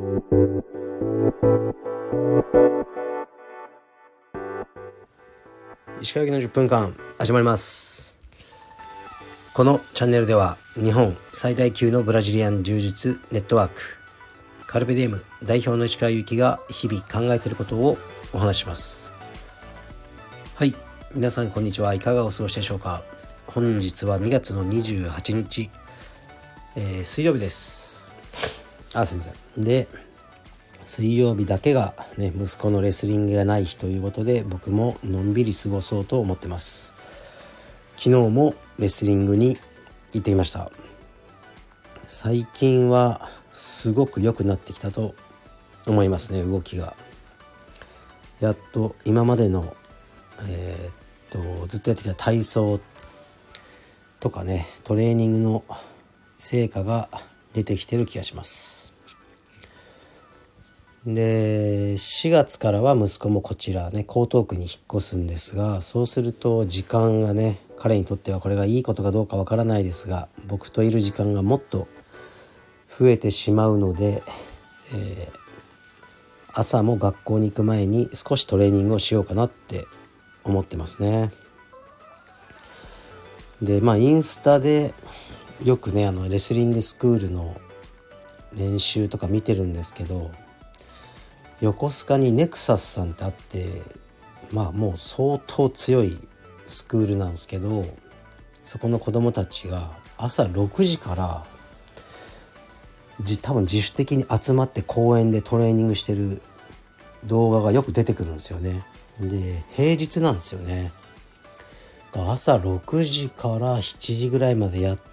石川行きの10分間始まります。このチャンネルでは日本最大級のブラジリアン柔術ネットワークカルペディエム代表の石川行きが日々考えていることをお話します。はい、皆さんこんにちは。いかがお過ごしでしょうか。本日は2月の28日、水曜日です。すいません。で水曜日だけがね、息子のレスリングがない日ということで、僕ものんびり過ごそうと思ってます。昨日もレスリングに行ってきました。最近はすごく良くなってきたと思いますね。動きがやっと今までの、ずっとやってきた体操とかね、トレーニングの成果が出てきてる気がします。で4月からは息子もこちらね、江東区に引っ越すんですが、そうすると時間がね、彼にとってはこれがいいことかどうかわからないですが、僕といる時間がもっと増えてしまうので、朝も学校に行く前に少しトレーニングをしようかなって思ってますね。でインスタでよくね、レスリングスクールの練習とか見てるんですけど、横須賀にネクサスさんってあって、もう相当強いスクールなんですけど、そこの子供たちが朝6時から多分自主的に集まって公園でトレーニングしてる動画がよく出てくるんですよね。で平日なんですよね。朝6時から7時ぐらいまでやって、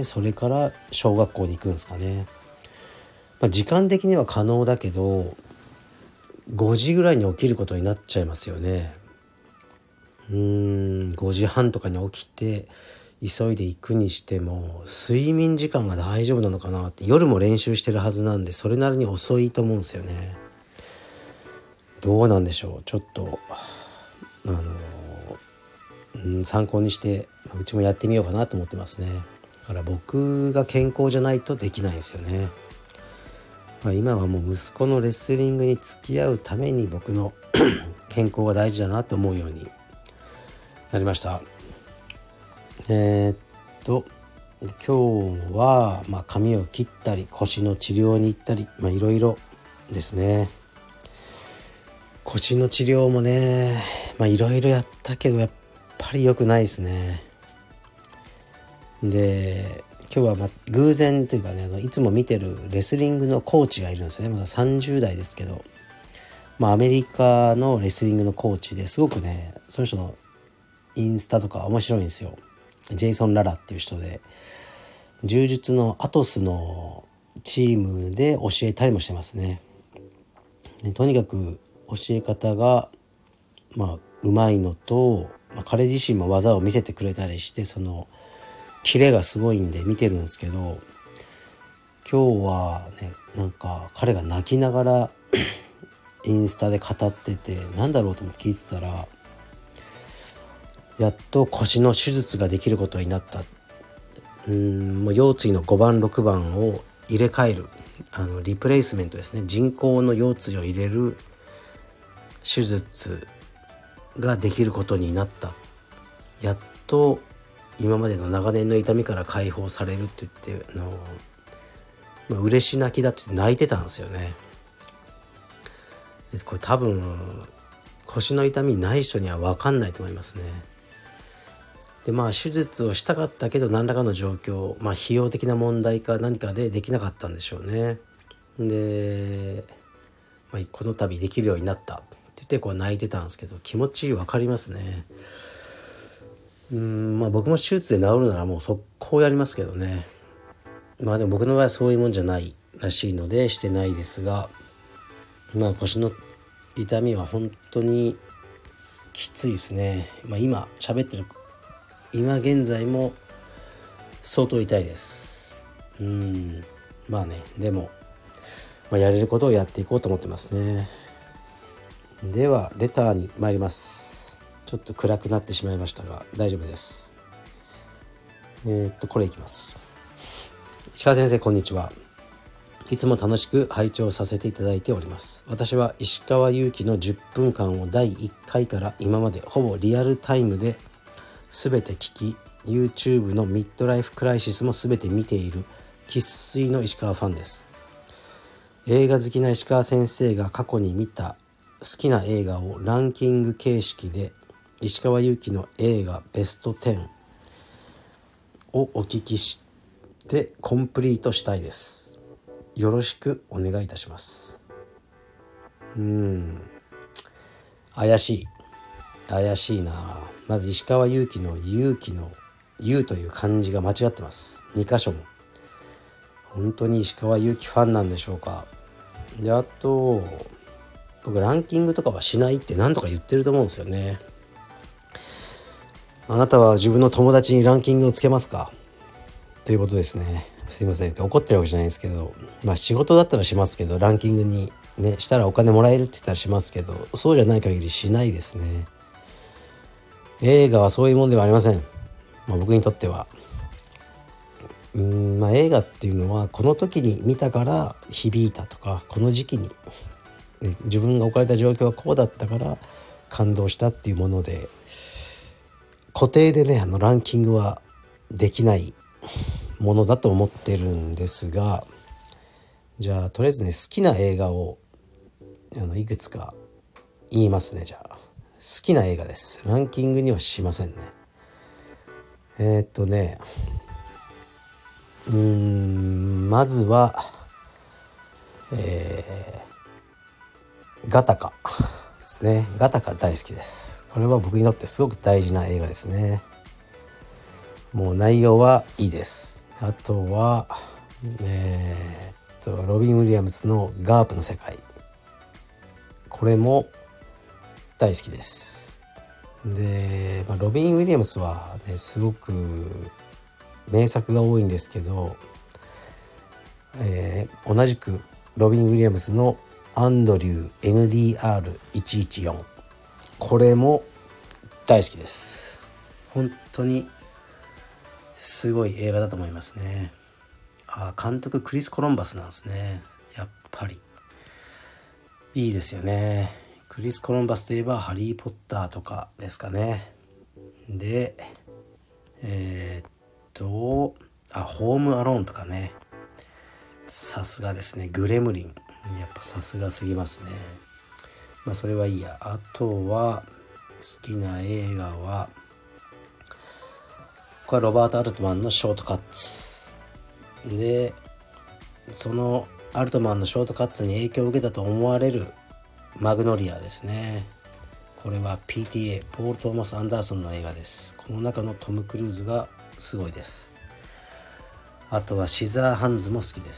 それから小学校に行くんですかね。時間的には可能だけど5時ぐらいに起きることになっちゃいますよね。5時半とかに起きて急いで行くにしても、睡眠時間が大丈夫なのかなって。夜も練習してるはずなんで、それなりに遅いと思うんですよね。どうなんでしょう。ちょっと参考にしてうちもやってみようかなと思ってますね。だから僕が健康じゃないとできないんですよね。今はもう息子のレスリングに付き合うために僕の健康が大事だなと思うようになりました。今日は髪を切ったり腰の治療に行ったりいろいろですね。腰の治療もねいろいろやったけどやっぱり良くないですね。で今日は偶然というかね、いつも見てるレスリングのコーチがいるんですよね。まだ30代ですけど、アメリカのレスリングのコーチですごくね、その人のインスタとか面白いんですよ。ジェイソン・ララっていう人で、柔術のアトスのチームで教えたりもしてますね。とにかく教え方がうまいのと、彼自身も技を見せてくれたりして、そのキレがすごいんで見てるんですけど、今日はね、彼が泣きながらインスタで語ってて、なんだろうと思って聞いてたら、やっと腰の手術ができることになった。もう腰椎の5番6番を入れ替えるリプレイスメントですね。人工の腰椎を入れる手術ができることになった。やっと今までの長年の痛みから解放されるって言って嬉し泣きだって泣いてたんですよね。これ多分腰の痛みない人には分かんないと思いますね。で手術をしたかったけど何らかの状況、費用的な問題か何かでできなかったんでしょうね。で、この度できるようになったって言って泣いてたんですけど、気持ち分かりますね。僕も手術で治るならもう速攻やりますけどね。でも僕の場合はそういうもんじゃないらしいのでしてないですが、腰の痛みは本当にきついですね。今喋ってる今現在も相当痛いです。でも、やれることをやっていこうと思ってますね。ではレターに参ります。ちょっと暗くなってしまいましたが大丈夫です。これいきます。石川先生こんにちは。 いつも楽しく拝聴させていただいております。私は石川祐希の10分間を第1回から今までほぼリアルタイムで全て聞き、 YouTube のミッドライフクライシスも全て見ている生粋の石川ファンです。映画好きな石川先生が過去に見た好きな映画をランキング形式で石川祐希の映画ベスト10をお聞きしてコンプリートしたいです。よろしくお願いいたします。怪しいな。まず石川祐希の勇気の勇という漢字が間違ってます。2箇所も。本当に石川祐希ファンなんでしょうか。で、あと僕ランキングとかはしないって何とか言ってると思うんですよね。あなたは自分の友達にランキングをつけますかということですね。すいません、怒ってるわけじゃないんですけど、仕事だったらしますけど、ランキングにねしたらお金もらえるって言ったらしますけど、そうじゃない限りしないですね。映画はそういうもんではありません。僕にとっては映画っていうのはこの時に見たから響いたとか、この時期に自分が置かれた状況はこうだったから感動したっていうもので、固定でねランキングはできないものだと思ってるんですが、じゃあとりあえずね好きな映画をいくつか言いますね。じゃあ好きな映画です。ランキングにはしませんね。まずはガタカですね。ガタカ大好きです。これは僕にとってすごく大事な映画ですね。もう内容はいいです。あとはロビン・ウィリアムスのガープの世界、これも大好きです。で、ロビン・ウィリアムスはねすごく名作が多いんですけど、同じくロビン・ウィリアムスのアンドリュー NDR114、これも大好きです。本当にすごい映画だと思いますね。監督クリス・コロンバスなんですね。やっぱりいいですよね。クリス・コロンバスといえばハリー・ポッターとかですかね。でホームアローンとかね、さすがですね。グレムリン、やっぱさすがすぎますね。それはいいや。あとは好きな映画はこれはロバート・アルトマンのショートカッツで、そのアルトマンのショートカッツに影響を受けたと思われるマグノリアですね。これは PTA ポール・トーマス・アンダーソンの映画です。この中のトム・クルーズがすごいです。あとはシザーハンズも好きです。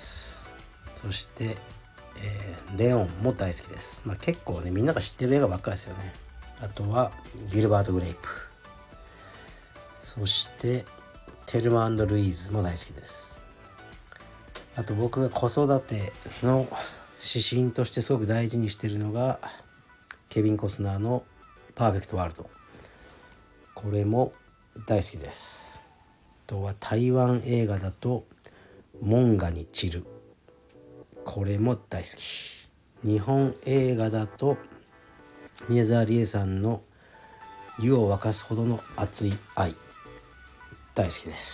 そして、レオンも大好きです。結構ねみんなが知ってる映画ばっかりですよね。あとはギルバート・グレイプ、そしてテルマ&ルイーズも大好きです。あと僕が子育ての指針としてすごく大事にしているのがケビン・コスナーのパーフェクトワールド、これも大好きです。あとは台湾映画だとモンガに散る、これも大好き。日本映画だと宮沢りえさんの湯を沸かすほどの熱い愛、大好きです。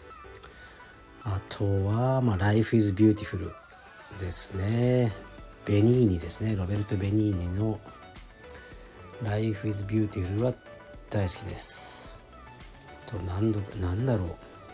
あとはLife is Beautiful ですね。ベニーニですね。ロベルト・ベニーニの Life is Beautiful は大好きです。となんだろう。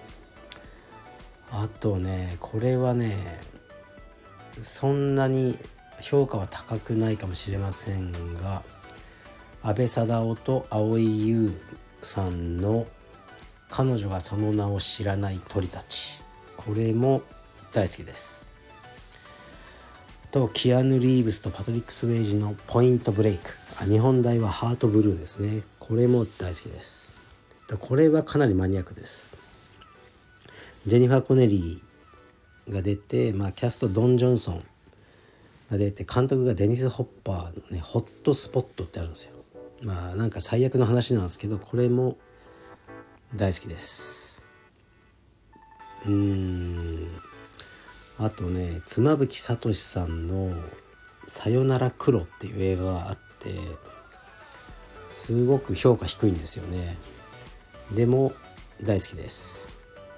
あとね、これはねそんなに評価は高くないかもしれませんが、阿部サダヲと蒼井優さんの彼女がその名を知らない鳥たち、これも大好きです。とキアヌ・リーブスとパトリック・スウェイジのポイントブレイク、日本題はハートブルーですね。これも大好きです。これはかなりマニアックです。ジェニファー・コネリーが出て、キャストドン・ジョンソンが出て、監督がデニス・ホッパーのねホットスポットってあるんですよ。なんか最悪の話なんですけど、これも大好きです。 あとね妻夫木聡さんのさよなら黒っていう映画があって、すごく評価低いんですよね。でも大好きです。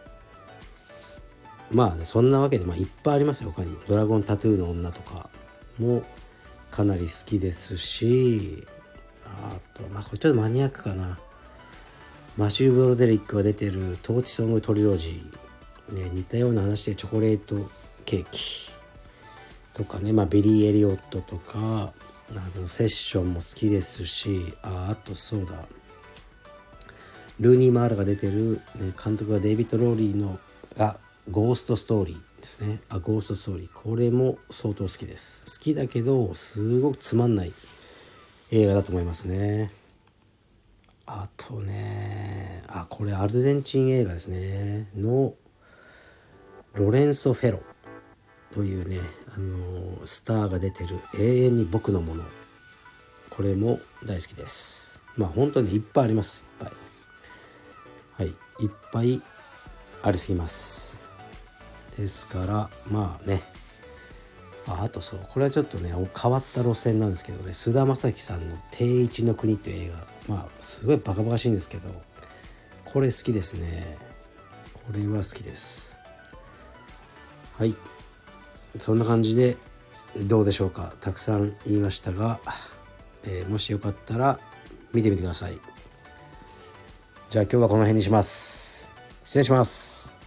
まあ、ね、そんなわけで、いっぱいありますよ。他にもドラゴンタトゥーの女とかもかなり好きですし、あとこれちょっとマニアックかな、マシュー・ブロデリックが出てるトーチソングトリロジー、ね、似たような話でチョコレートケーキとかね、ベリー・エリオットとかセッションも好きですし、あとそうだ、ルーニー・マーラが出てる、監督がデイビッド・ローリーのゴーストストーリーですね。ゴーストストーリー、これも相当好きです。好きだけどすごくつまんない映画だと思いますね。あとね、これアルゼンチン映画ですねのロレンソ・フェロというね、スターが出てる永遠に僕のもの、これも大好きです。本当にいっぱいあります。いっぱい、いっぱいありすぎます。ですからあとそう、これはちょっとね変わった路線なんですけどね、菅田将暉さんの定一の国っていう映画、すごいバカバカしいんですけど、これ好きですね。これは好きです。はい、そんな感じでどうでしょうか。たくさん言いましたが、もしよかったら見てみてください。じゃあ今日はこの辺にします。失礼します。